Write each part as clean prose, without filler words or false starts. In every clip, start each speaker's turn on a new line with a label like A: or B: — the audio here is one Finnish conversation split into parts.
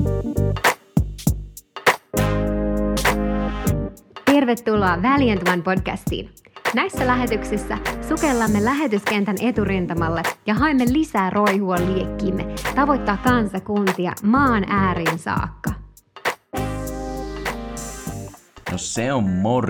A: Tervetuloa Valiant One podcastiin. Näissä lähetyksissä sukellamme lähetyskentän eturintamalle ja haemme lisää roihua liekkiimme tavoittaa kansakuntia maan ääriin saakka.
B: No se on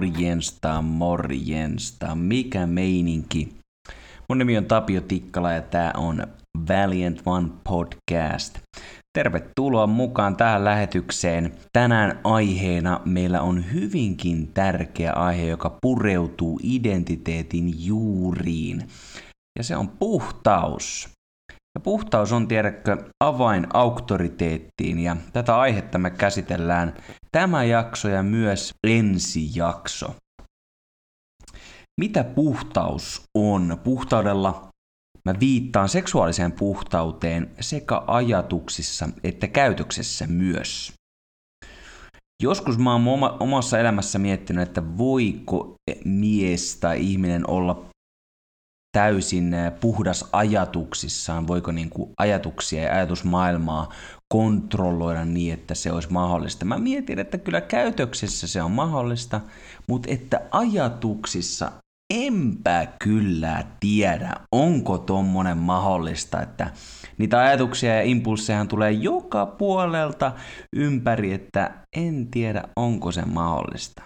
B: morjensta. Mikä meininki? Mun nimi on Tapio Tikkala ja tää on Valiant One podcast. Tervetuloa mukaan tähän lähetykseen. Tänään aiheena meillä on hyvinkin tärkeä aihe, joka pureutuu identiteetin juuriin. Ja se on puhtaus. Ja puhtaus on, tiedätkö, avain auktoriteettiin, ja tätä aihetta me käsitellään tämä jakso ja myös ensi jakso. Mitä puhtaus on? Puhtaudella mä viittaan seksuaaliseen puhtauteen sekä ajatuksissa että käytöksessä myös. Joskus mä oon omassa elämässä miettinyt, että voiko mies tai ihminen olla täysin puhdas ajatuksissaan, voiko niinku ajatuksia ja ajatusmaailmaa kontrolloida niin, että se olisi mahdollista. Mä mietin, että kyllä käytöksessä se on mahdollista, mutta että ajatuksissa enpä kyllä tiedä, onko tommonen mahdollista, että niitä ajatuksia ja impulsseja tulee joka puolelta ympäri, että en tiedä, onko se mahdollista.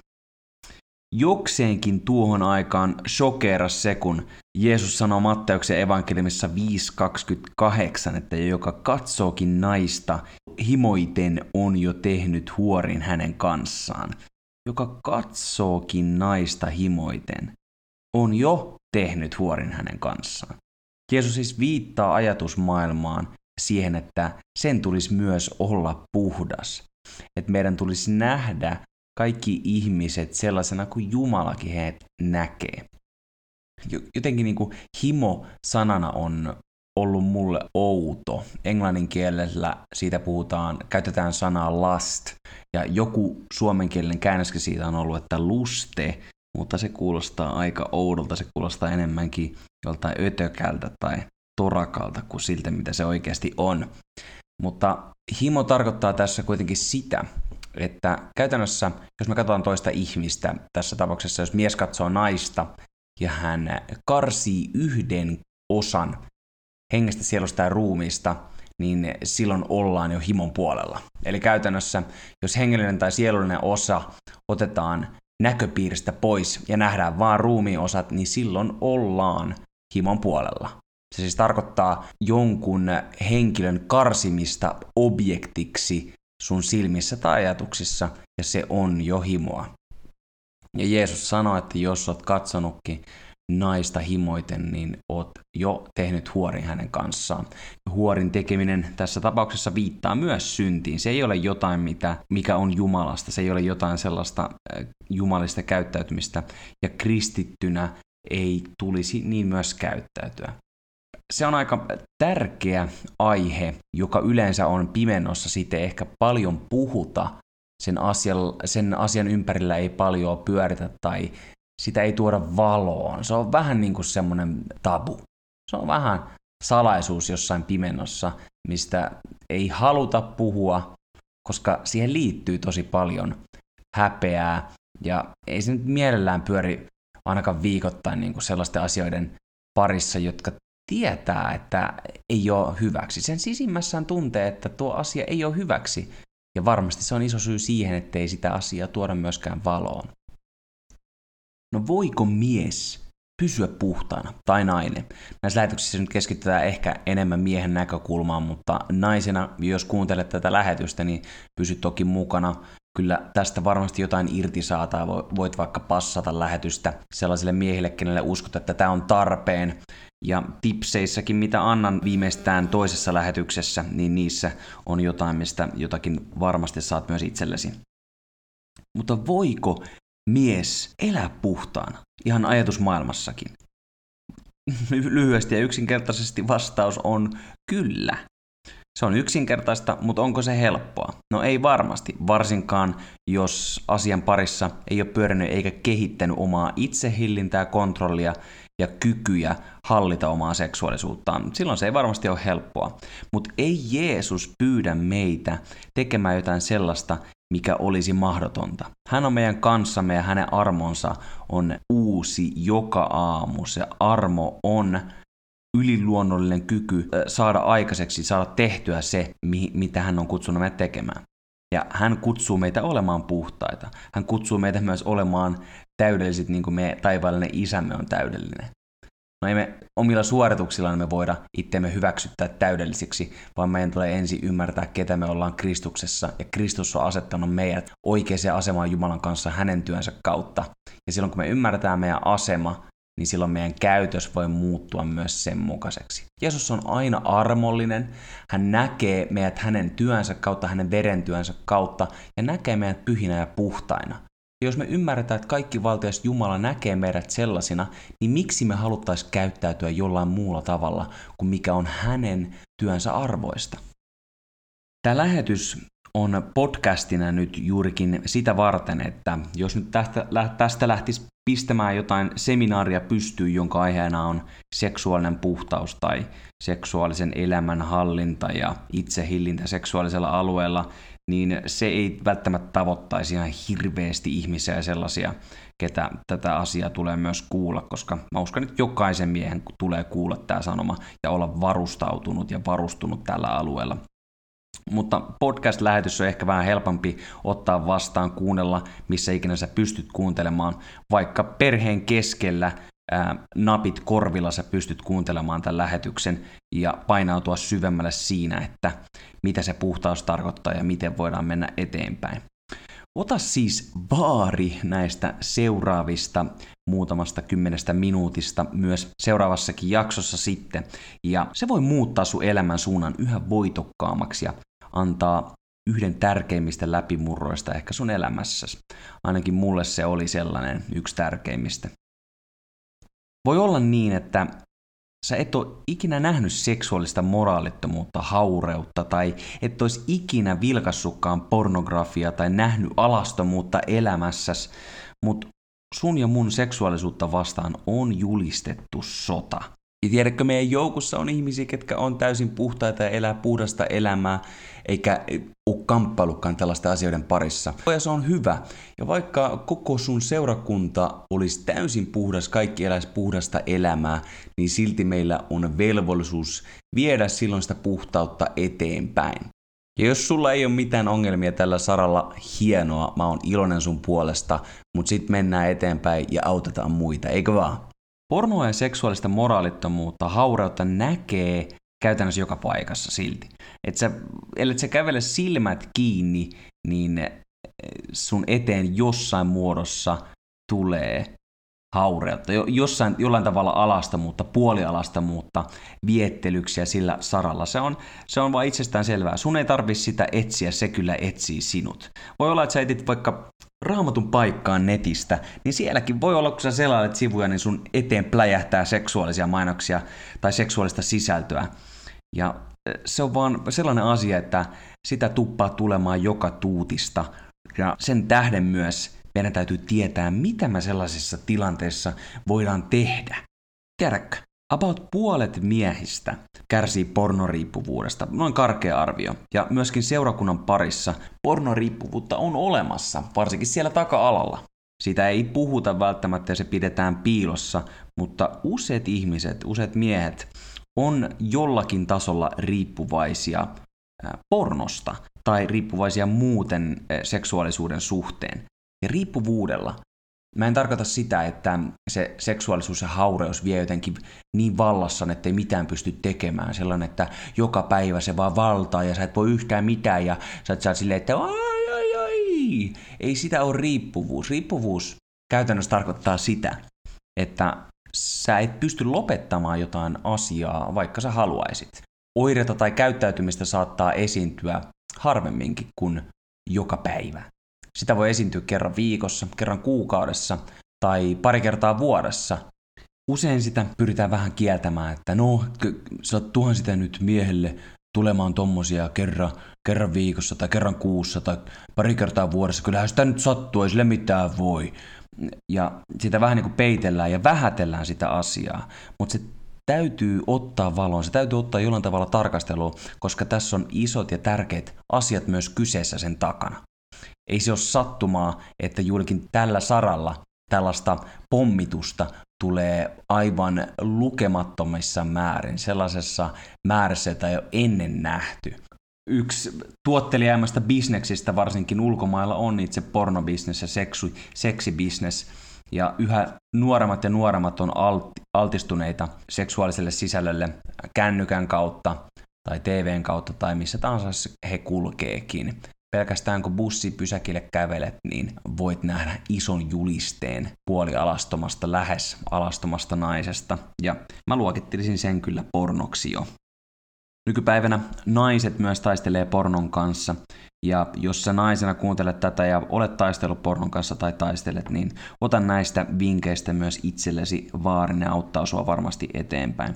B: Jokseenkin tuohon aikaan shokeeras se, kun Jeesus sanoo Matteuksen evankeliumissa 5.28, että joka katsookin naista himoiten on jo tehnyt huorin hänen kanssaan. Joka katsookin naista himoiten on jo tehnyt huorin hänen kanssaan. Jeesus siis viittaa ajatusmaailmaan siihen, että sen tulisi myös olla puhdas. Että meidän tulisi nähdä kaikki ihmiset sellaisena kuin Jumalakin heidät näkee. Jotenkin niin kuin himo sanana on ollut mulle outo. Englannin kielellä siitä käytetään sanaa lust, ja joku suomenkielinen käännöskin siitä on ollut, että luste, mutta se kuulostaa aika oudolta, se kuulostaa enemmänkin joltain ötökältä tai torakalta kuin siltä, mitä se oikeasti on. Mutta himo tarkoittaa tässä kuitenkin sitä, että käytännössä, jos me katsotaan toista ihmistä, tässä tapauksessa jos mies katsoo naista ja hän karsii yhden osan hengestä, sielusta ja ruumiista, niin silloin ollaan jo himon puolella. Eli käytännössä, jos hengellinen tai sielullinen osa otetaan näköpiiristä pois ja nähdään vaan ruumiin osat, niin silloin ollaan himon puolella. Se siis tarkoittaa jonkun henkilön karsimista objektiksi sun silmissä tai ajatuksissa, ja se on jo himoa. Ja Jeesus sanoi, että jos oot katsonutkin naista himoiten, niin oot jo tehnyt huorin hänen kanssaan. Huorin tekeminen tässä tapauksessa viittaa myös syntiin. Se ei ole jotain, mikä on Jumalasta. Se ei ole jotain sellaista jumalista käyttäytymistä. Ja kristittynä ei tulisi niin myös käyttäytyä. Se on aika tärkeä aihe, joka yleensä on pimennossa. Siitä ei ehkä paljon puhuta. Sen asian ympärillä ei paljon pyöritä tai sitä ei tuoda valoon. Se on vähän niin kuin semmoinen tabu. Se on vähän salaisuus jossain pimennossa, mistä ei haluta puhua, koska siihen liittyy tosi paljon häpeää. Ja ei se nyt mielellään pyöri ainakaan viikoittain niin kuin sellaisten asioiden parissa, jotka tietää, että ei ole hyväksi. Sen sisimmässään tuntee, että tuo asia ei ole hyväksi. Ja varmasti se on iso syy siihen, ettei sitä asiaa tuoda myöskään valoon. No voiko mies pysyä puhtaana tai nainen? Näissä lähetyksissä nyt keskitytään ehkä enemmän miehen näkökulmaan, mutta naisena, jos kuuntelet tätä lähetystä, niin pysy toki mukana. Kyllä tästä varmasti jotain irti saa tai voit vaikka passata lähetystä sellaisille miehille, kenelle uskot, että tämä on tarpeen. Ja tipseissäkin, mitä annan viimeistään toisessa lähetyksessä, niin niissä on jotain, mistä jotakin varmasti saat myös itsellesi. Mutta voiko mies elää puhtaana, ihan ajatusmaailmassakin? Lyhyesti ja yksinkertaisesti vastaus on kyllä. Se on yksinkertaista, mutta onko se helppoa? No ei varmasti, varsinkaan jos asian parissa ei ole pyörinyt eikä kehittänyt omaa itsehillintää, kontrollia ja kykyjä hallita omaa seksuaalisuuttaan. Silloin se ei varmasti ole helppoa. Mutta ei Jeesus pyydä meitä tekemään jotain sellaista, mikä olisi mahdotonta. Hän on meidän kanssamme ja hänen armonsa on uusi joka aamu. Se armo on yliluonnollinen kyky saada aikaiseksi, saada tehtyä se, mitä hän on kutsunut meitä tekemään. Ja hän kutsuu meitä olemaan puhtaita. Hän kutsuu meitä myös olemaan täydelliset, niin kuin me taivaallinen isämme on täydellinen. No ei me omilla suorituksillaan me voida itseämme hyväksyttää täydellisiksi, vaan meidän tulee ensin ymmärtää, ketä me ollaan Kristuksessa. Ja Kristus on asettanut meidät oikeaan asemaan Jumalan kanssa hänen työnsä kautta. Ja silloin kun me ymmärretään meidän asema, niin silloin meidän käytös voi muuttua myös sen mukaiseksi. Jeesus on aina armollinen, hän näkee meidät hänen työnsä kautta, hänen verentyönsä kautta, ja näkee meidät pyhinä ja puhtaina. Ja jos me ymmärretään, että kaikki valtias Jumala näkee meidät sellaisina, niin miksi me haluttaisiin käyttäytyä jollain muulla tavalla kuin mikä on hänen työnsä arvoista? Tämä lähetys on podcastina nyt juurikin sitä varten, että jos nyt tästä lähtisi pistämään jotain seminaaria pystyyn, jonka aiheena on seksuaalinen puhtaus tai seksuaalisen elämän hallinta ja itsehillintä seksuaalisella alueella, niin se ei välttämättä tavoittaisi ihan hirveästi ihmisiä ja sellaisia, ketä tätä asiaa tulee myös kuulla, koska mä uskon, että jokaisen miehen tulee kuulla tämä sanoma ja olla varustautunut ja varustunut tällä alueella. Mutta podcast-lähetys on ehkä vähän helpompi ottaa vastaan, kuunnella, missä ikinä sä pystyt kuuntelemaan. Vaikka perheen keskellä napit korvilla sä pystyt kuuntelemaan tämän lähetyksen ja painautua syvemmälle siinä, että mitä se puhtaus tarkoittaa ja miten voidaan mennä eteenpäin. Ota siis vaari näistä seuraavista muutamasta 10 minuutista myös seuraavassakin jaksossa sitten. Ja se voi muuttaa sun elämän suunnan yhä voitokkaammaksi ja antaa yhden tärkeimmistä läpimurroista ehkä sun elämässäsi. Ainakin mulle se oli sellainen yksi tärkeimmistä. Voi olla niin, että sä et ole ikinä nähnyt seksuaalista moraalittomuutta, haureutta tai et olisi ikinä vilkassutkaan pornografiaa tai nähnyt alastomuutta elämässäsi, mutta sun ja mun seksuaalisuutta vastaan on julistettu sota. Ja tiedätkö, meidän joukossa on ihmisiä, ketkä on täysin puhtaita ja elää puhdasta elämää, eikä ole kamppailutkaan tällaisten asioiden parissa. Ja se on hyvä. Ja vaikka koko sun seurakunta olisi täysin puhdas, kaikki eläisi puhdasta elämää, niin silti meillä on velvollisuus viedä silloin sitä puhtautta eteenpäin. Ja jos sulla ei ole mitään ongelmia tällä saralla, hienoa, mä oon iloinen sun puolesta, mutta sit mennään eteenpäin ja autetaan muita, eikö vaan? Pornoa ja seksuaalista moraalittomuutta, haureutta näkee käytännössä joka paikassa silti. Ellet sä kävele silmät kiinni, niin sun eteen jossain muodossa tulee haureutta, jollain tavalla alastomuutta, puolialastomuutta, viettelyksiä sillä saralla. Se on vaan itsestään selvää. Sun ei tarvitse sitä etsiä, se kyllä etsii sinut. Voi olla, että sä etit vaikka Raamatun paikkaan netistä, niin sielläkin voi olla, kun sä selailet sivuja, niin sun eteen pläjähtää seksuaalisia mainoksia tai seksuaalista sisältöä. Ja se on vaan sellainen asia, että sitä tuppaa tulemaan joka tuutista. Ja sen tähden myös meidän täytyy tietää, mitä me sellaisissa tilanteissa voidaan tehdä. Tiedätkö, about puolet miehistä kärsii pornoriippuvuudesta, noin karkea arvio. Ja myöskin seurakunnan parissa pornoriippuvuutta on olemassa, varsinkin siellä taka-alalla. Siitä ei puhuta välttämättä ja se pidetään piilossa, mutta useat ihmiset, useat miehet on jollakin tasolla riippuvaisia pornosta tai riippuvaisia muuten seksuaalisuuden suhteen. Ja riippuvuudella, mä en tarkoita sitä, että se seksuaalisuus ja haureus vie jotenkin niin vallassan, ettei mitään pysty tekemään. Sellainen, että joka päivä se vaan valtaa ja sä et voi yhtään mitään ja sä et saa silleen, että ai. Ei sitä ole riippuvuus. Riippuvuus käytännössä tarkoittaa sitä, että sä et pysty lopettamaan jotain asiaa, vaikka sä haluaisit. Oireita tai käyttäytymistä saattaa esiintyä harvemminkin kuin joka päivä. Sitä voi esiintyä kerran viikossa, kerran kuukaudessa tai pari kertaa vuodessa. Usein sitä pyritään vähän kieltämään, että tuohan sitä nyt miehelle tulemaan tommosia kerran viikossa tai kerran kuussa tai pari kertaa vuodessa. Kyllähän sitä nyt sattuu, ei sille mitään voi. ja sitä vähän niin kuin peitellään ja vähätellään sitä asiaa, mutta se täytyy ottaa valoon, se täytyy ottaa jollain tavalla tarkasteluun, koska tässä on isot ja tärkeät asiat myös kyseessä sen takana. Ei se ole sattumaa, että juurikin tällä saralla tällaista pommitusta tulee aivan lukemattomissa määrin, sellaisessa määrässä, jota ei ole ennen nähty. Yksi tuotteliaimmasta bisneksistä varsinkin ulkomailla on itse pornobisnes ja seksibisnes, ja yhä nuoremmat ja nuoremmat on altistuneita seksuaaliselle sisällölle kännykän kautta tai TVn kautta tai missä tahansa he kulkeekin. Pelkästään kun bussipysäkille kävelet, niin voit nähdä ison julisteen puolialastomasta, lähes alastomasta naisesta. Ja mä luokittelisin sen kyllä pornoksi jo. Nykypäivänä naiset myös taistelee pornon kanssa. Ja jos sä naisena kuuntelet tätä ja olet taistellut pornon kanssa tai taistelet, niin ota näistä vinkkeistä myös itsellesi vaarin ja auttaa sua varmasti eteenpäin.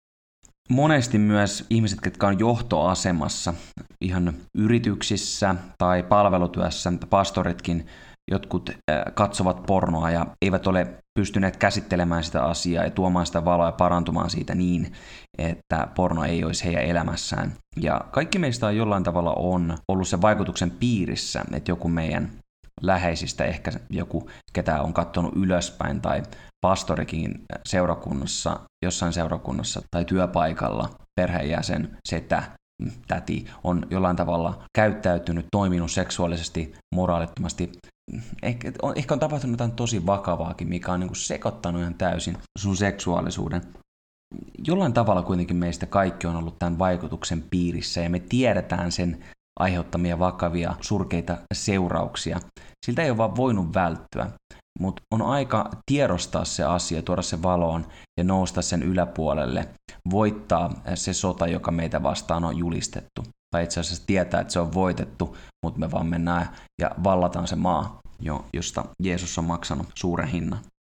B: Monesti myös ihmiset, jotka on johtoasemassa ihan yrityksissä tai palvelutyössä, pastoritkin, jotkut katsovat pornoa ja eivät ole pystyneet käsittelemään sitä asiaa ja tuomaan sitä valoa ja parantumaan siitä niin, että porno ei olisi heidän elämässään. Ja kaikki meistä on jollain tavalla ollut sen vaikutuksen piirissä, että joku meidän läheisistä, ehkä joku, ketä on katsonut ylöspäin tai pastorikin seurakunnassa, jossain seurakunnassa tai työpaikalla, perheenjäsen, setä, täti on jollain tavalla käyttäytynyt, toiminut seksuaalisesti, moraalittomasti. Ehkä on tapahtunut jotain tosi vakavaakin, mikä on niin kuin sekoittanut ihan täysin sun seksuaalisuuden. Jollain tavalla kuitenkin meistä kaikki on ollut tämän vaikutuksen piirissä ja me tiedetään sen aiheuttamia vakavia, surkeita seurauksia. Siltä ei ole vaan voinut välttyä, mutta on aika tiedostaa se asia, tuoda se valoon ja nousta sen yläpuolelle, voittaa se sota, joka meitä vastaan on julistettu. Tai itse asiassa tietää, että se on voitettu, mutta me vaan mennään ja vallataan se maa, josta Jeesus on maksanut suuren hinnan.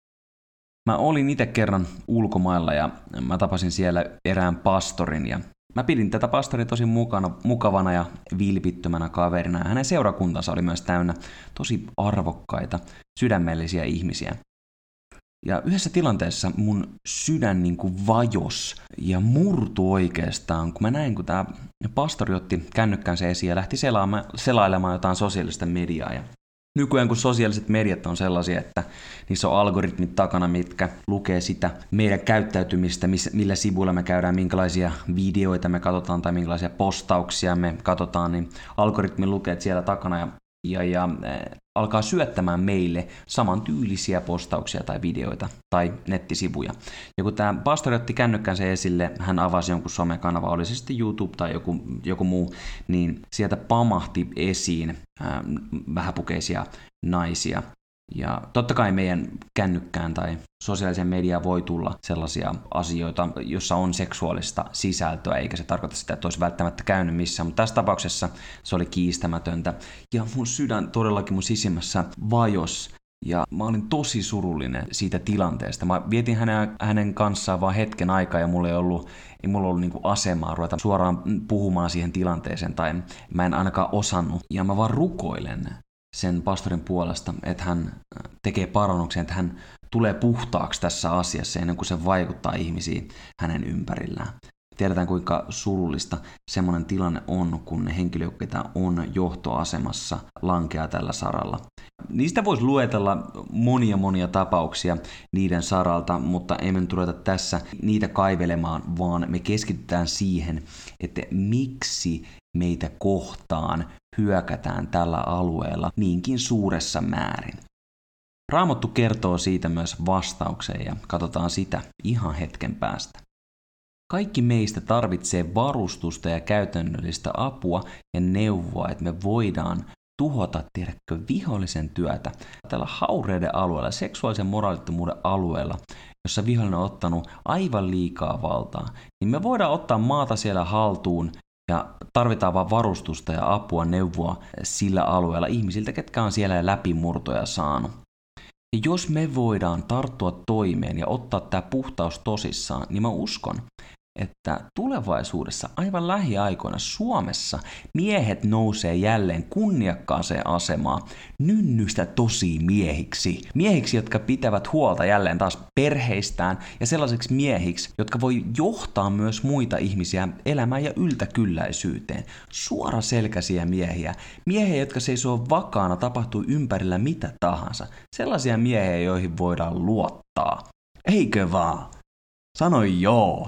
B: Mä olin itse kerran ulkomailla ja mä tapasin siellä erään pastorin ja mä pidin tätä pastoria tosi mukavana ja vilpittömänä kaverina ja hänen seurakuntansa oli myös täynnä tosi arvokkaita, sydämellisiä ihmisiä. Ja yhdessä tilanteessa mun sydän niin kuin vajos ja murtui oikeastaan, kun mä näin, kun tämä pastori otti kännykkänsä esiin ja lähti selailemaan jotain sosiaalista mediaa. Ja nykyään kun sosiaaliset mediat on sellaisia, että niissä on algoritmit takana, mitkä lukee sitä meidän käyttäytymistä, millä sivuilla me käydään, minkälaisia videoita me katsotaan tai minkälaisia postauksia me katsotaan, niin algoritmi lukee siellä takana ja alkaa syöttämään meille samantyylisiä postauksia tai videoita tai nettisivuja. Ja kun tämä pastori otti kännykkänsä esille, hän avasi jonkun somekanava, oli se sitten YouTube tai joku muu, niin sieltä pamahti esiin vähäpukeisia naisia. Ja totta kai meidän kännykkään tai sosiaaliseen mediaan voi tulla sellaisia asioita, jossa on seksuaalista sisältöä, eikä se tarkoita sitä, että olisi välttämättä käynyt missään, mutta tässä tapauksessa se oli kiistämätöntä. Ja mun sydän todellakin mun sisimmässä vajos, ja mä olin tosi surullinen siitä tilanteesta. Mä vietin hänen kanssaan vaan hetken aikaa, ja mulla ei ollut niinku asemaa ruveta suoraan puhumaan siihen tilanteeseen, tai mä en ainakaan osannut. Ja mä vaan rukoilen sen pastorin puolesta, että hän tekee parannuksen, että hän tulee puhtaaksi tässä asiassa ennen kuin se vaikuttaa ihmisiin hänen ympärillään. Tiedetään, kuinka surullista semmoinen tilanne on, kun ne henkilö, ketä on johtoasemassa, lankeaa tällä saralla. Niistä voisi luetella monia tapauksia niiden saralta, mutta emme nyt ruveta tässä niitä kaivelemaan, vaan me keskitytään siihen, että miksi meitä kohtaan hyökätään tällä alueella niinkin suuressa määrin. Raamattu kertoo siitä myös vastaukseen ja katsotaan sitä ihan hetken päästä. Kaikki meistä tarvitsee varustusta ja käytännöllistä apua ja neuvoa, että me voidaan tuhota, tiedätkö, vihollisen työtä tällä haureiden alueella, seksuaalisen moraalittomuuden alueella, jossa vihollinen on ottanut aivan liikaa valtaa, niin me voidaan ottaa maata siellä haltuun ja tarvitaan vaan varustusta ja apua, neuvoa sillä alueella ihmisiltä, ketkä on siellä läpimurtoja saanut. Ja jos me voidaan tarttua toimeen ja ottaa tämä puhtaus tosissaan, niin mä uskon, että tulevaisuudessa aivan lähiaikoina Suomessa miehet nousee jälleen kunniakkaaseen asemaan nynnystä tosi miehiksi. Miehiksi, jotka pitävät huolta jälleen taas perheistään ja sellaisiksi miehiksi, jotka voi johtaa myös muita ihmisiä elämään ja yltäkylläisyyteen. Suoraselkäisiä miehiä. Miehiä, jotka seisoo vakaana, tapahtuu ympärillä mitä tahansa. Sellaisia miehiä, joihin voidaan luottaa. Eikö vaan? Sanoi joo.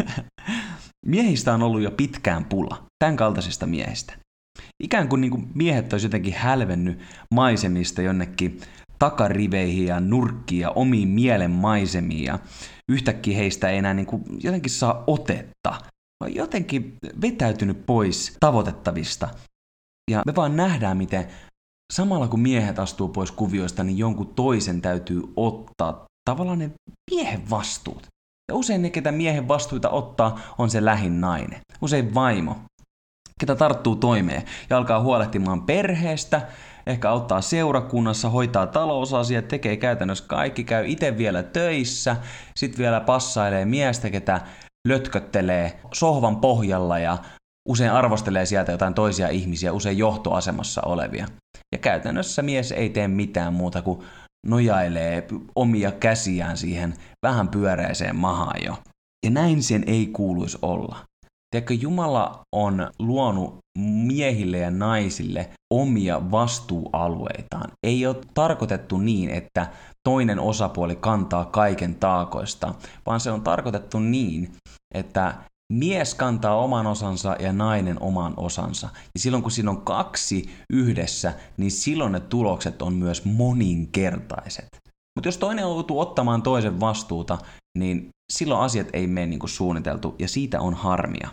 B: Miehistä on ollut jo pitkään pula, tämän kaltaisista miehistä. Ikään kuin miehet olisi jotenkin hälvennyt maisemista jonnekin takariveihin ja nurkkiin ja omiin mielen maisemiin ja yhtäkkiä heistä ei enää jotenkin saa otetta, vaan jotenkin vetäytynyt pois tavoitettavista. Ja me vaan nähdään, miten samalla kun miehet astuu pois kuvioista, niin jonkun toisen täytyy ottaa tavallaan ne miehen vastuut. Ja usein ne, ketä miehen vastuita ottaa, on se lähin nainen. Usein vaimo, ketä tarttuu toimeen ja alkaa huolehtimaan perheestä, ehkä auttaa seurakunnassa, hoitaa talousasiat, tekee käytännössä kaikki, käy itse vielä töissä, sitten vielä passailee miestä, ketä lötköttelee sohvan pohjalla ja usein arvostelee sieltä jotain toisia ihmisiä, usein johtoasemassa olevia. Ja käytännössä mies ei tee mitään muuta kuin nojailee omia käsiään siihen vähän pyöreäseen mahaan jo. Ja näin sen ei kuuluisi olla. Tiedätkö, Jumala on luonut miehille ja naisille omia vastuualueitaan. Ei ole tarkoitettu niin, että toinen osapuoli kantaa kaiken taakoista, vaan se on tarkoitettu niin, että mies kantaa oman osansa ja nainen oman osansa. Ja silloin kun siinä on kaksi yhdessä, niin silloin ne tulokset on myös moninkertaiset. Mutta jos toinen joutuu ottamaan toisen vastuuta, niin silloin asiat ei mene niin kuin suunniteltu ja siitä on harmia.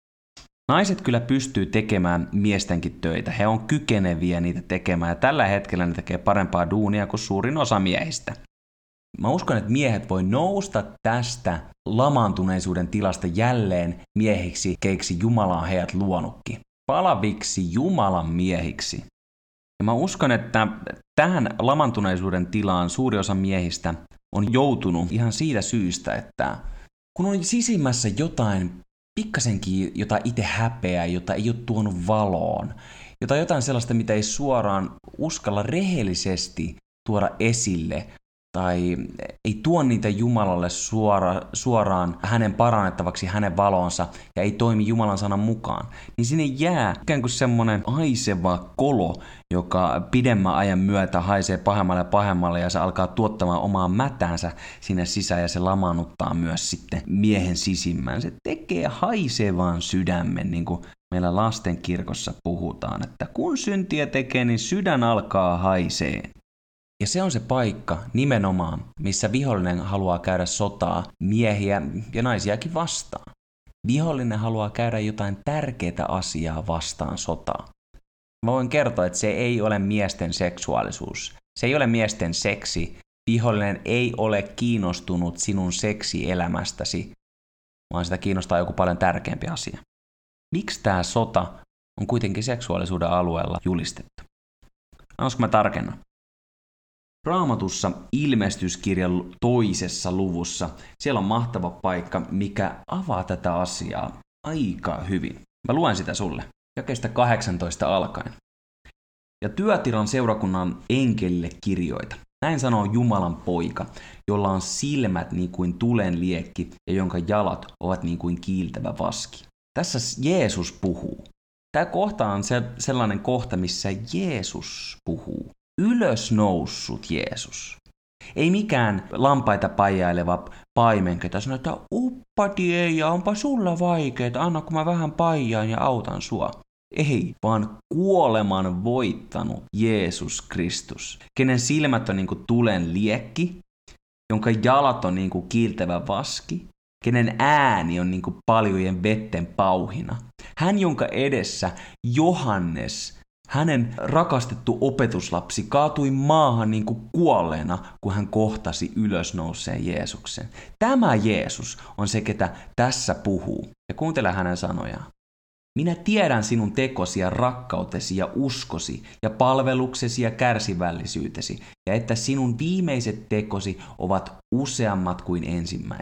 B: Naiset kyllä pystyy tekemään miestenkin töitä. He on kykeneviä niitä tekemään ja tällä hetkellä ne tekee parempaa duunia kuin suurin osa miehistä. Mä uskon, että miehet voi nousta tästä lamaantuneisuuden tilasta jälleen miehiksi, keiksi Jumala on heidät luonutkin. Palaviksi Jumalan miehiksi. Ja mä uskon, että tähän lamantuneisuuden tilaan suuri osa miehistä on joutunut ihan siitä syystä, että kun on sisimmässä jotain pikkasenkin, jota itse häpeää, jota ei ole tuonut valoon, jotain sellaista, mitä ei suoraan uskalla rehellisesti tuoda esille, tai ei tuo niitä Jumalalle suoraan hänen parannettavaksi hänen valonsa ja ei toimi Jumalan sanan mukaan, niin sinne jää ikään kuin semmoinen haiseva kolo, joka pidemmän ajan myötä haisee pahemmalle ja pahemmalle ja se alkaa tuottamaan omaa mätänsä sinne sisään ja se lamaannuttaa myös sitten miehen sisimmän. Se tekee haisevan sydämen, niin kuin meillä lastenkirkossa puhutaan, että kun syntiä tekee, niin sydän alkaa haisee. Ja se on se paikka nimenomaan, missä vihollinen haluaa käydä sotaa miehiä ja naisiakin vastaan. Vihollinen haluaa käydä jotain tärkeää asiaa vastaan sotaa. Mä voin kertoa, että se ei ole miesten seksuaalisuus. Se ei ole miesten seksi. Vihollinen ei ole kiinnostunut sinun seksielämästäsi, vaan sitä kiinnostaa joku paljon tärkeämpi asia. Miksi tämä sota on kuitenkin seksuaalisuuden alueella julistettu? Annoinko mä tarkennan? Raamatussa ilmestyskirjan 2. luvussa siellä on mahtava paikka, mikä avaa tätä asiaa aika hyvin. Mä luen sitä sulle, jakeesta 18 alkaen. Ja Työatiran seurakunnan enkelille kirjoita. Näin sanoo Jumalan poika, jolla on silmät niin kuin tulen liekki ja jonka jalat ovat niin kuin kiiltävä vaski. Tässä Jeesus puhuu. Tämä kohta on sellainen kohta, missä Jeesus puhuu. Ylösnoussut Jeesus. Ei mikään lampaita paijaileva paimen, ketä sanoo, että uppati ei, ja onpa sulla vaikeeta, anna kun mä vähän paijaan ja autan sua. Ei, vaan kuoleman voittanut Jeesus Kristus, kenen silmät on niin kuin tulen liekki, jonka jalat on niin kuin kiiltävä vaski, kenen ääni on niin kuin paljojen vetten pauhina. Hän, jonka edessä Johannes, hänen rakastettu opetuslapsi, kaatui maahan niin kuin kuolleena, kun hän kohtasi ylösnouseen Jeesuksen. Tämä Jeesus on se, ketä tässä puhuu. Ja kuuntele hänen sanojaan. Minä tiedän sinun tekosi ja rakkautesi ja uskosi ja palveluksesi ja kärsivällisyytesi, ja että sinun viimeiset tekosi ovat useammat kuin ensimmäiset.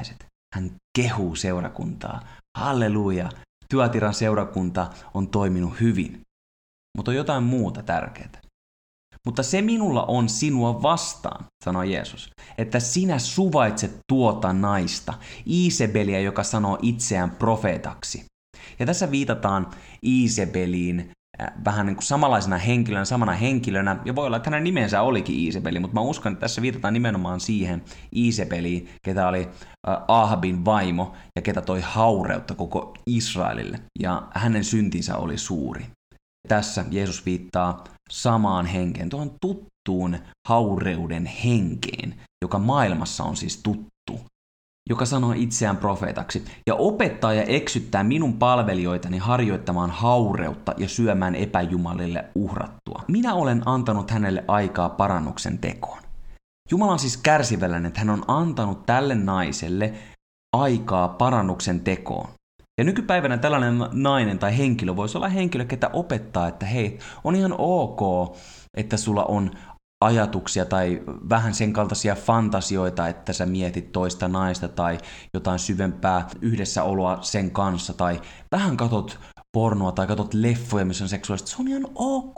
B: hän kehuu seurakuntaa. Halleluja! Tyatiran seurakunta on toiminut hyvin. Mutta on jotain muuta tärkeää. Mutta se minulla on sinua vastaan, sanoi Jeesus, että sinä suvaitset tuota naista, Iisebeliä, joka sanoo itseään profeetaksi. Ja tässä viitataan Iisebeliin vähän niin kuin samanlaisena henkilönä, samana henkilönä, ja voi olla, että hänen nimensä olikin Iisebeli, mutta mä uskon, että tässä viitataan nimenomaan siihen Iisebeliin, ketä oli Ahabin vaimo, ja ketä toi haureutta koko Israelille, ja hänen syntinsä oli suuri. Tässä Jeesus viittaa samaan henkeen, tuohon tuttuun haureuden henkeen, joka maailmassa on siis tuttu, joka sanoo itseään profeetaksi ja opettaa ja eksyttää minun palvelijoitani harjoittamaan haureutta ja syömään epäjumalille uhrattua. Minä olen antanut hänelle aikaa parannuksen tekoon. Jumala on siis kärsivällinen, että hän on antanut tälle naiselle aikaa parannuksen tekoon. Ja nykypäivänä tällainen nainen tai henkilö voisi olla henkilö, ketä opettaa, että hei, on ihan ok, että sulla on ajatuksia tai vähän sen kaltaisia fantasioita, että sä mietit toista naista tai jotain syvempää yhdessäoloa sen kanssa tai vähän katot pornoa tai katot leffoja, missä on seksuaalista. Se on ihan ok.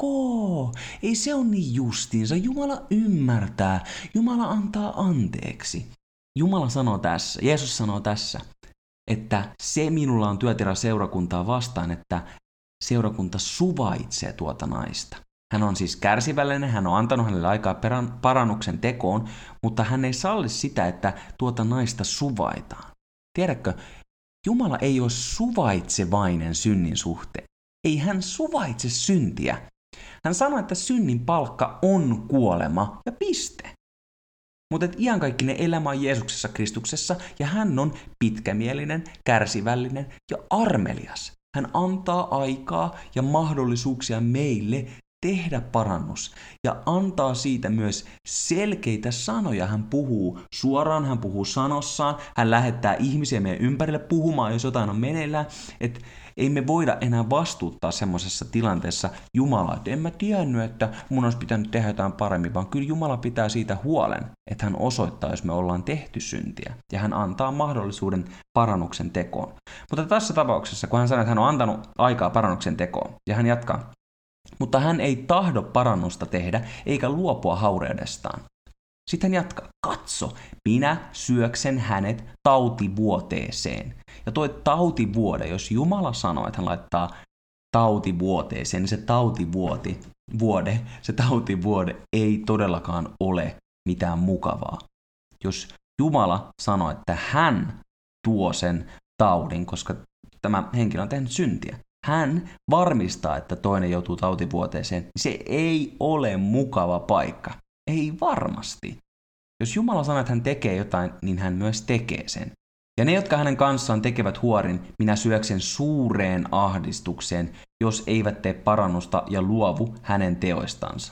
B: Ei se ole niin justiinsa. Jumala ymmärtää. Jumala antaa anteeksi. Jumala sanoo tässä, Jeesus sanoo tässä, että se minulla on Työtiran seurakuntaa vastaan, että seurakunta suvaitsee tuota naista. Hän on siis kärsivällinen, hän on antanut hänelle aikaa parannuksen tekoon, mutta hän ei salli sitä, että tuota naista suvaitaan. Tiedätkö, Jumala ei ole suvaitsevainen synnin suhteen. Ei hän suvaitse syntiä. Hän sanoo, että synnin palkka on kuolema ja piste. Mutta iankaikkinen elämä on Jeesuksessa Kristuksessa ja hän on pitkämielinen, kärsivällinen ja armelias. Hän antaa aikaa ja mahdollisuuksia meille tehdä parannus ja antaa siitä myös selkeitä sanoja. Hän puhuu suoraan, hän puhuu sanossaan, hän lähettää ihmisiä meidän ympärille puhumaan, jos jotain on meneillään. Että ei me voida enää vastuuttaa semmoisessa tilanteessa Jumalaa, että en mä tiennyt, että mun olisi pitänyt tehdä jotain paremmin, vaan kyllä Jumala pitää siitä huolen, että hän osoittaa, jos me ollaan tehty syntiä, ja hän antaa mahdollisuuden parannuksen tekoon. Mutta tässä tapauksessa, kun hän sanoo, että hän on antanut aikaa parannuksen tekoon, ja hän jatkaa, mutta hän ei tahdo parannusta tehdä, eikä luopua haureudestaan. Sitten hän jatkaa, katso, minä syöksen hänet tautivuoteeseen. Ja tuo tautivuode, jos Jumala sanoo, että hän laittaa tautivuoteeseen, niin se tautivuode ei todellakaan ole mitään mukavaa. Jos Jumala sanoo, että hän tuo sen taudin, koska tämä henkilö on tehnyt syntiä, hän varmistaa, että toinen joutuu tautivuoteeseen, se ei ole mukava paikka. Ei varmasti. Jos Jumala sanoo, että hän tekee jotain, niin hän myös tekee sen. Ja ne, jotka hänen kanssaan tekevät huorin, minä syöksen suureen ahdistukseen, jos eivät tee parannusta ja luovu hänen teoistansa.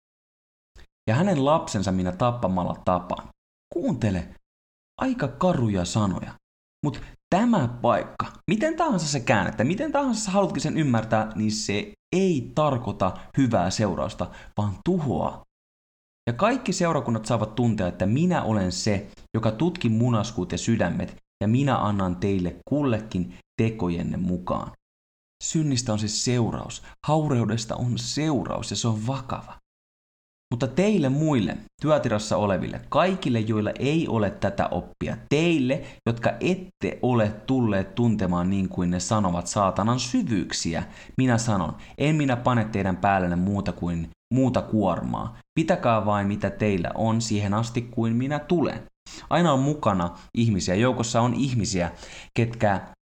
B: Ja hänen lapsensa minä tappamalla tapaan. Kuuntele, aika karuja sanoja. Mutta tämä paikka, miten tahansa se käännettä, miten tahansa sä halutkin sen ymmärtää, niin se ei tarkoita hyvää seurausta, vaan tuhoa. Ja kaikki seurakunnat saavat tuntea, että minä olen se, joka tutki munaskuut ja sydämet, ja minä annan teille kullekin tekojenne mukaan. Synnistä on siis seuraus, haureudesta on seuraus ja se on vakava. Mutta teille muille, Työtirassa oleville, kaikille, joilla ei ole tätä oppia, teille, jotka ette ole tulleet tuntemaan niin kuin ne sanovat saatanan syvyyksiä, minä sanon, en minä pane teidän päällenne muuta kuormaa. Pitäkää vain mitä teillä on siihen asti kuin minä tulen. Aina on mukana ihmisiä, joukossa on ihmisiä, ketkä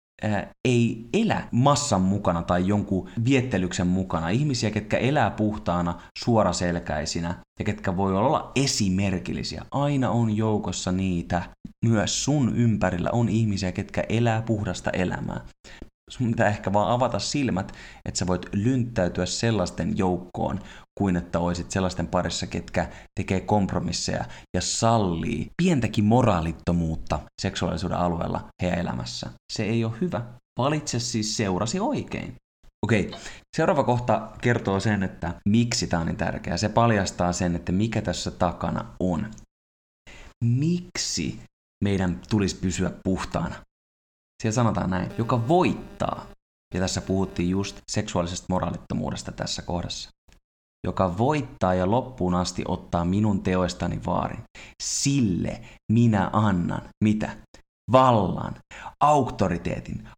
B: ei elä massan mukana tai jonkun viettelyksen mukana. Ihmisiä, ketkä elää puhtaana, suoraselkäisinä ja ketkä voi olla esimerkillisiä. Aina on joukossa niitä. Myös sun ympärillä on ihmisiä, ketkä elää puhdasta elämää. Sun pitää ehkä vaan avata silmät, että sä voit lynttäytyä sellaisten joukkoon, kuin että oisit sellaisten parissa, ketkä tekee kompromisseja ja sallii pientäkin moraalittomuutta seksuaalisuuden alueella heidän elämässä. Se ei ole hyvä. Valitse siis seurasi oikein. Okei, seuraava kohta kertoo sen, että miksi tämä on niin tärkeää. Se paljastaa sen, että mikä tässä takana on. Miksi meidän tulisi pysyä puhtaana. Siellä sanotaan näin, joka voittaa, ja tässä puhuttiin just seksuaalisesta moraalittomuudesta tässä kohdassa, joka voittaa ja loppuun asti ottaa minun teoistani vaarin, sille minä annan, mitä? Vallan, auktoriteetin,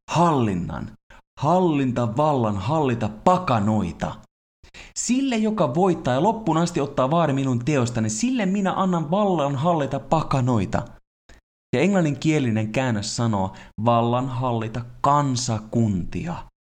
B: hallintavallan hallita pakanoita. Sille, joka voittaa ja loppuun asti ottaa vaarin minun teostani, sille minä annan vallan hallita pakanoita. Ja englanninkielinen käännös sanoo vallan hallita kansakuntia.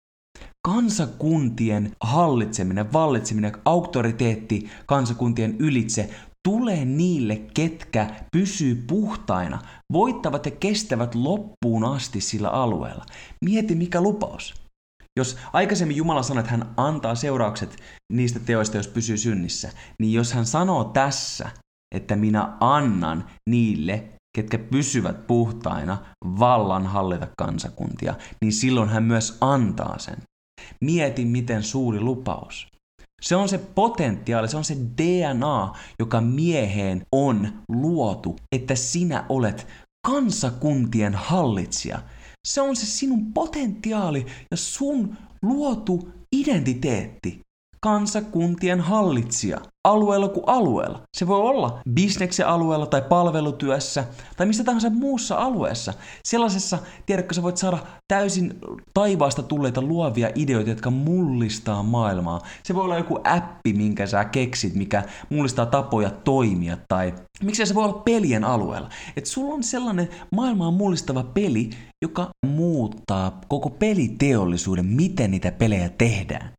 B: Kansakuntien vallitseminen, auktoriteetti kansakuntien ylitse tulee niille, ketkä pysyy puhtaina, voittavat ja kestävät loppuun asti sillä alueella. Mieti mikä lupaus. Jos aikaisemmin Jumala sanoi, että hän antaa seuraukset niistä teoista, jos pysyy synnissä, niin jos hän sanoo tässä, että minä annan niille, ketkä pysyvät puhtaina, vallan hallita kansakuntia, niin silloin hän myös antaa sen. Mieti, miten suuri lupaus. Se on se potentiaali, se on se DNA, joka mieheen on luotu, että sinä olet kansakuntien hallitsija. Se on se sinun potentiaali ja sun luotu identiteetti. Kansakuntien hallitsija. Alueella kuin alueella. Se voi olla bisneksen alueella tai palvelutyössä tai missä tahansa muussa alueessa. Sellaisessa, tiedätkö, sä voit saada täysin taivaasta tulleita luovia ideoita, jotka mullistaa maailmaa. Se voi olla joku appi, minkä sä keksit, mikä mullistaa tapoja toimia tai miksei se voi olla pelien alueella. Että sulla on sellainen maailmaa mullistava peli, joka muuttaa koko peliteollisuuden, miten niitä pelejä tehdään.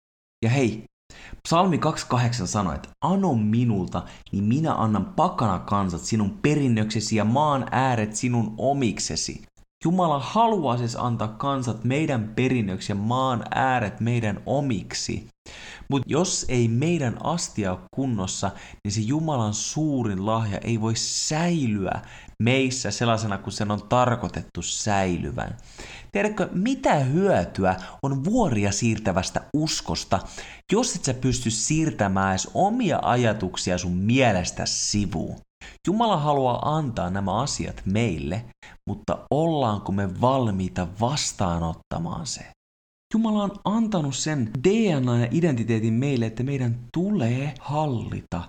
B: Ja hei, Psalmi 2:8 sanoo, että ano minulta, niin minä annan pakana kansat sinun perinnöksesi ja maan ääret sinun omiksesi. Jumala haluaa siis antaa kansat meidän perinnöksi ja maan ääret meidän omiksi. Mutta jos ei meidän astia ole kunnossa, niin se Jumalan suurin lahja ei voi säilyä meissä sellaisena kuin sen on tarkoitettu säilyvän. Tiedätkö, mitä hyötyä on vuoria siirtävästä uskosta, jos et sä pysty siirtämään edes omia ajatuksia sun mielestä sivuun? Jumala haluaa antaa nämä asiat meille, mutta ollaanko me valmiita vastaanottamaan se? Jumala on antanut sen DNA ja identiteetin meille, että meidän tulee hallita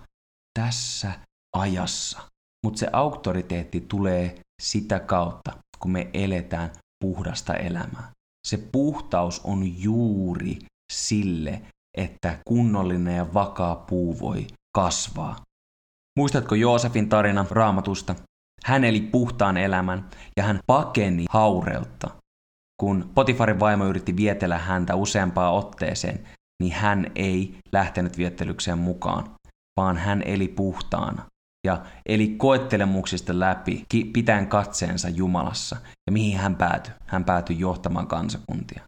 B: tässä ajassa. Mutta se auktoriteetti tulee sitä kautta, kun me eletään puhdasta elämää. Se puhtaus on juuri sille, että kunnollinen ja vakaa puu voi kasvaa. Muistatko Joosefin tarina Raamatusta? Hän eli puhtaan elämän ja hän pakeni haureutta. Kun Potifarin vaimo yritti vietellä häntä useampaan otteeseen, niin hän ei lähtenyt viettelykseen mukaan, vaan hän eli puhtaana ja eli koettelemuksista läpi, pitäen katseensa Jumalassa. Ja mihin hän päätyi? Hän päätyi johtamaan kansakuntia.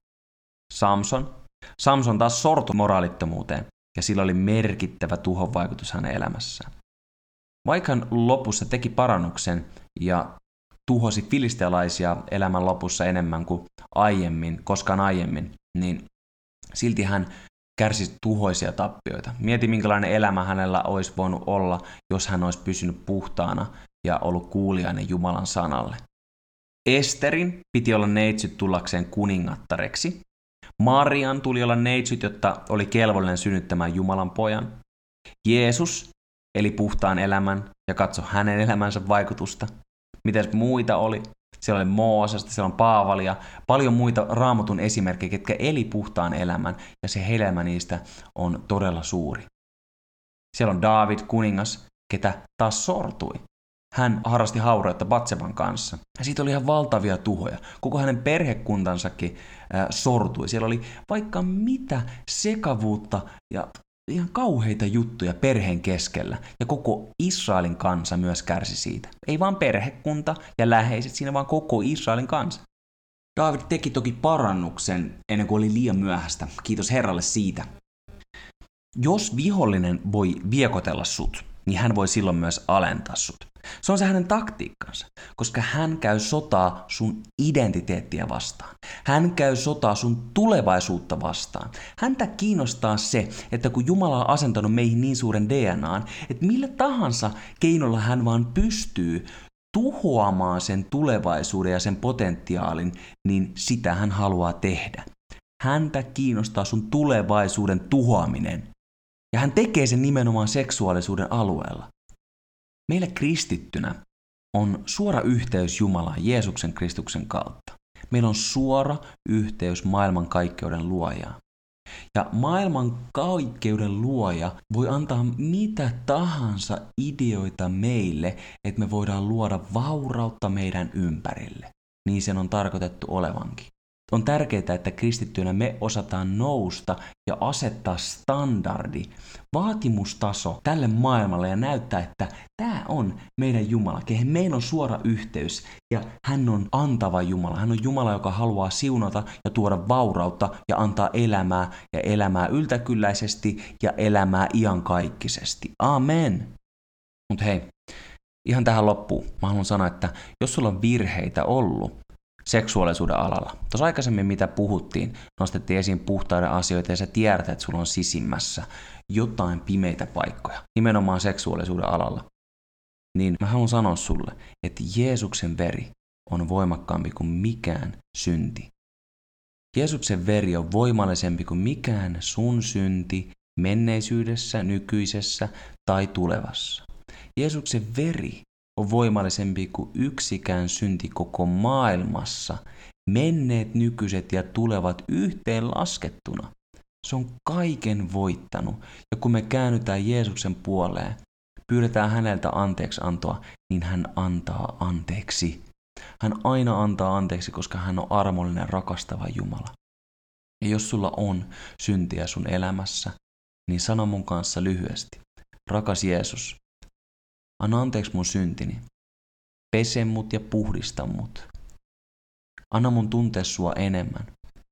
B: Samson taas sortui moraalittomuuteen, ja sillä oli merkittävä tuhon hänen elämässään. Vaikka hän lopussa teki parannuksen ja tuhosi filistealaisia elämän lopussa enemmän kuin koskaan aiemmin, niin silti hän kärsi tuhoisia tappioita. Mieti, minkälainen elämä hänellä olisi voinut olla, jos hän olisi pysynyt puhtaana ja ollut kuulijainen Jumalan sanalle. Esterin piti olla neitsyt tullakseen kuningattareksi. Marian tuli olla neitsyt, jotta oli kelvollinen synnyttämään Jumalan pojan. Jeesus eli puhtaan elämän ja katso hänen elämänsä vaikutusta. Mitäs muita oli? Siellä oli Moosesta, siellä on Paavalia, paljon muita Raamatun esimerkkejä, ketkä eli puhtaan elämän, ja se hedelmä niistä on todella suuri. Siellä on Daavid, kuningas, ketä taas sortui. Hän harrasti haureutta Batseban kanssa. Ja siitä oli ihan valtavia tuhoja. Koko hänen perhekuntansakin sortui. Siellä oli vaikka mitä sekavuutta ja ihan kauheita juttuja perheen keskellä. Ja koko Israelin kansa myös kärsi siitä. Ei vaan perhekunta ja läheiset siinä, vaan koko Israelin kansa. Daavid teki toki parannuksen ennen kuin oli liian myöhäistä. Kiitos Herralle siitä. Jos vihollinen voi viekotella sut, niin hän voi silloin myös alentaa sut. Se on se hänen taktiikkansa, koska hän käy sotaa sun identiteettiä vastaan. Hän käy sotaa sun tulevaisuutta vastaan. Häntä kiinnostaa se, että kun Jumala on asentanut meihin niin suuren DNAn, että millä tahansa keinolla hän vaan pystyy tuhoamaan sen tulevaisuuden ja sen potentiaalin, niin sitä hän haluaa tehdä. Häntä kiinnostaa sun tulevaisuuden tuhoaminen. Ja hän tekee sen nimenomaan seksuaalisuuden alueella. Meillä kristittynä on suora yhteys Jumalaan Jeesuksen Kristuksen kautta. Meillä on suora yhteys maailmankaikkeuden luojaan. Ja maailmankaikkeuden luoja voi antaa mitä tahansa ideoita meille, että me voidaan luoda vaurautta meidän ympärille. Niin sen on tarkoitettu olevankin. On tärkeää, että kristittynä me osataan nousta ja asettaa standardi, vaatimustaso tälle maailmalle ja näyttää, että tämä on meidän Jumala, kehen meillä on suora yhteys ja hän on antava Jumala. Hän on Jumala, joka haluaa siunata ja tuoda vaurautta ja antaa elämää ja elämää yltäkylläisesti ja elämää iankaikkisesti. Amen. Mutta hei, ihan tähän loppuun mä haluan sanoa, että jos sulla on virheitä ollut seksuaalisuuden alalla. Tuossa aikaisemmin mitä puhuttiin, nostettiin esiin puhtauden asioita ja sä tiedät, että sulla on sisimmässä jotain pimeitä paikkoja, nimenomaan seksuaalisuuden alalla. Niin mä haluan sanoa sulle, että Jeesuksen veri on voimakkaampi kuin mikään synti. Jeesuksen veri on voimallisempi kuin mikään sun synti menneisyydessä, nykyisessä tai tulevassa. Jeesuksen veri on voimallisempi kuin yksikään synti koko maailmassa, menneet, nykyiset ja tulevat yhteen laskettuna. Se on kaiken voittanut, ja kun me käännytään Jeesuksen puoleen, pyydetään häneltä anteeksiantoa, niin hän antaa anteeksi. Hän aina antaa anteeksi, koska hän on armollinen, rakastava Jumala. Ja jos sulla on syntiä sun elämässä, niin sano mun kanssa lyhyesti. Rakas Jeesus, anna anteeksi mun syntini. Pese mut ja puhdista mut. Anna mun tuntea sua enemmän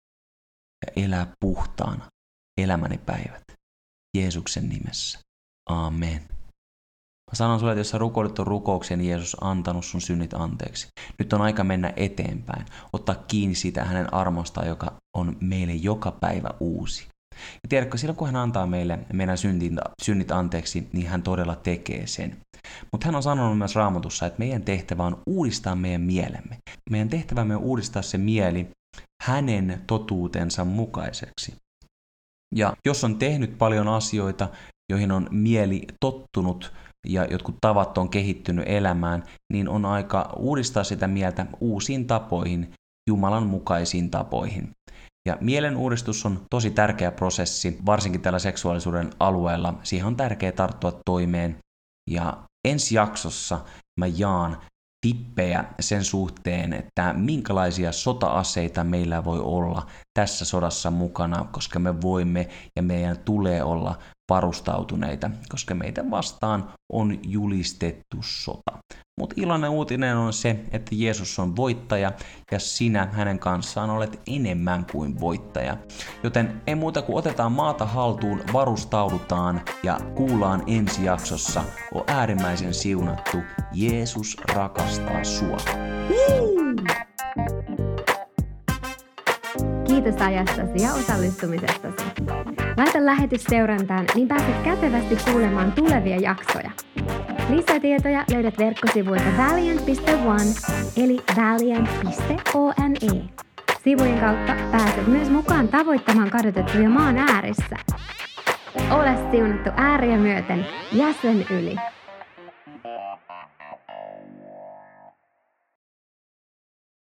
B: ja elää puhtaana elämäni päivät. Jeesuksen nimessä. Amen. Mä sanon sulle, että jos sä rukoilit ton rukouksen, niin Jeesus on antanut sun synnit anteeksi. Nyt on aika mennä eteenpäin. Ottaa kiinni siitä hänen armostaan, joka on meille joka päivä uusi. Ja tiedätkö, silloin kun hän antaa meille meidän synnit anteeksi, niin hän todella tekee sen. Mutta hän on sanonut myös Raamatussa, että meidän tehtävä on uudistaa meidän mielemme. Meidän tehtävämme on uudistaa se mieli hänen totuutensa mukaiseksi. Ja jos on tehnyt paljon asioita, joihin on mieli tottunut ja jotkut tavat on kehittynyt elämään, niin on aika uudistaa sitä mieltä uusiin tapoihin, Jumalan mukaisiin tapoihin. Ja mielen uudistus on tosi tärkeä prosessi, varsinkin tällä seksuaalisuuden alueella. Siihen on tärkeää tarttua toimeen. Ja ensi jaksossa mä jaan tippejä sen suhteen, että minkälaisia sota-aseita meillä voi olla tässä sodassa mukana, koska me voimme ja meidän tulee olla varustautuneita, koska meitä vastaan on julistettu sota. Mutta iloinen uutinen on se, että Jeesus on voittaja ja sinä hänen kanssaan olet enemmän kuin voittaja. Joten ei muuta kuin otetaan maata haltuun, varustaudutaan ja kuullaan ensi jaksossa. On äärimmäisen siunattu. Jeesus rakastaa sua.
A: Kiitos ajastasi ja osallistumisestasi. Laita lähetys seurantaan, niin pääset kätevästi kuulemaan tulevia jaksoja. Lisätietoja löydät verkkosivuilta valiant.one eli valiant.one. Sivujen kautta pääset myös mukaan tavoittamaan kadotettuja maan äärissä. Ole siunattu ääriä myöten ja sen yli.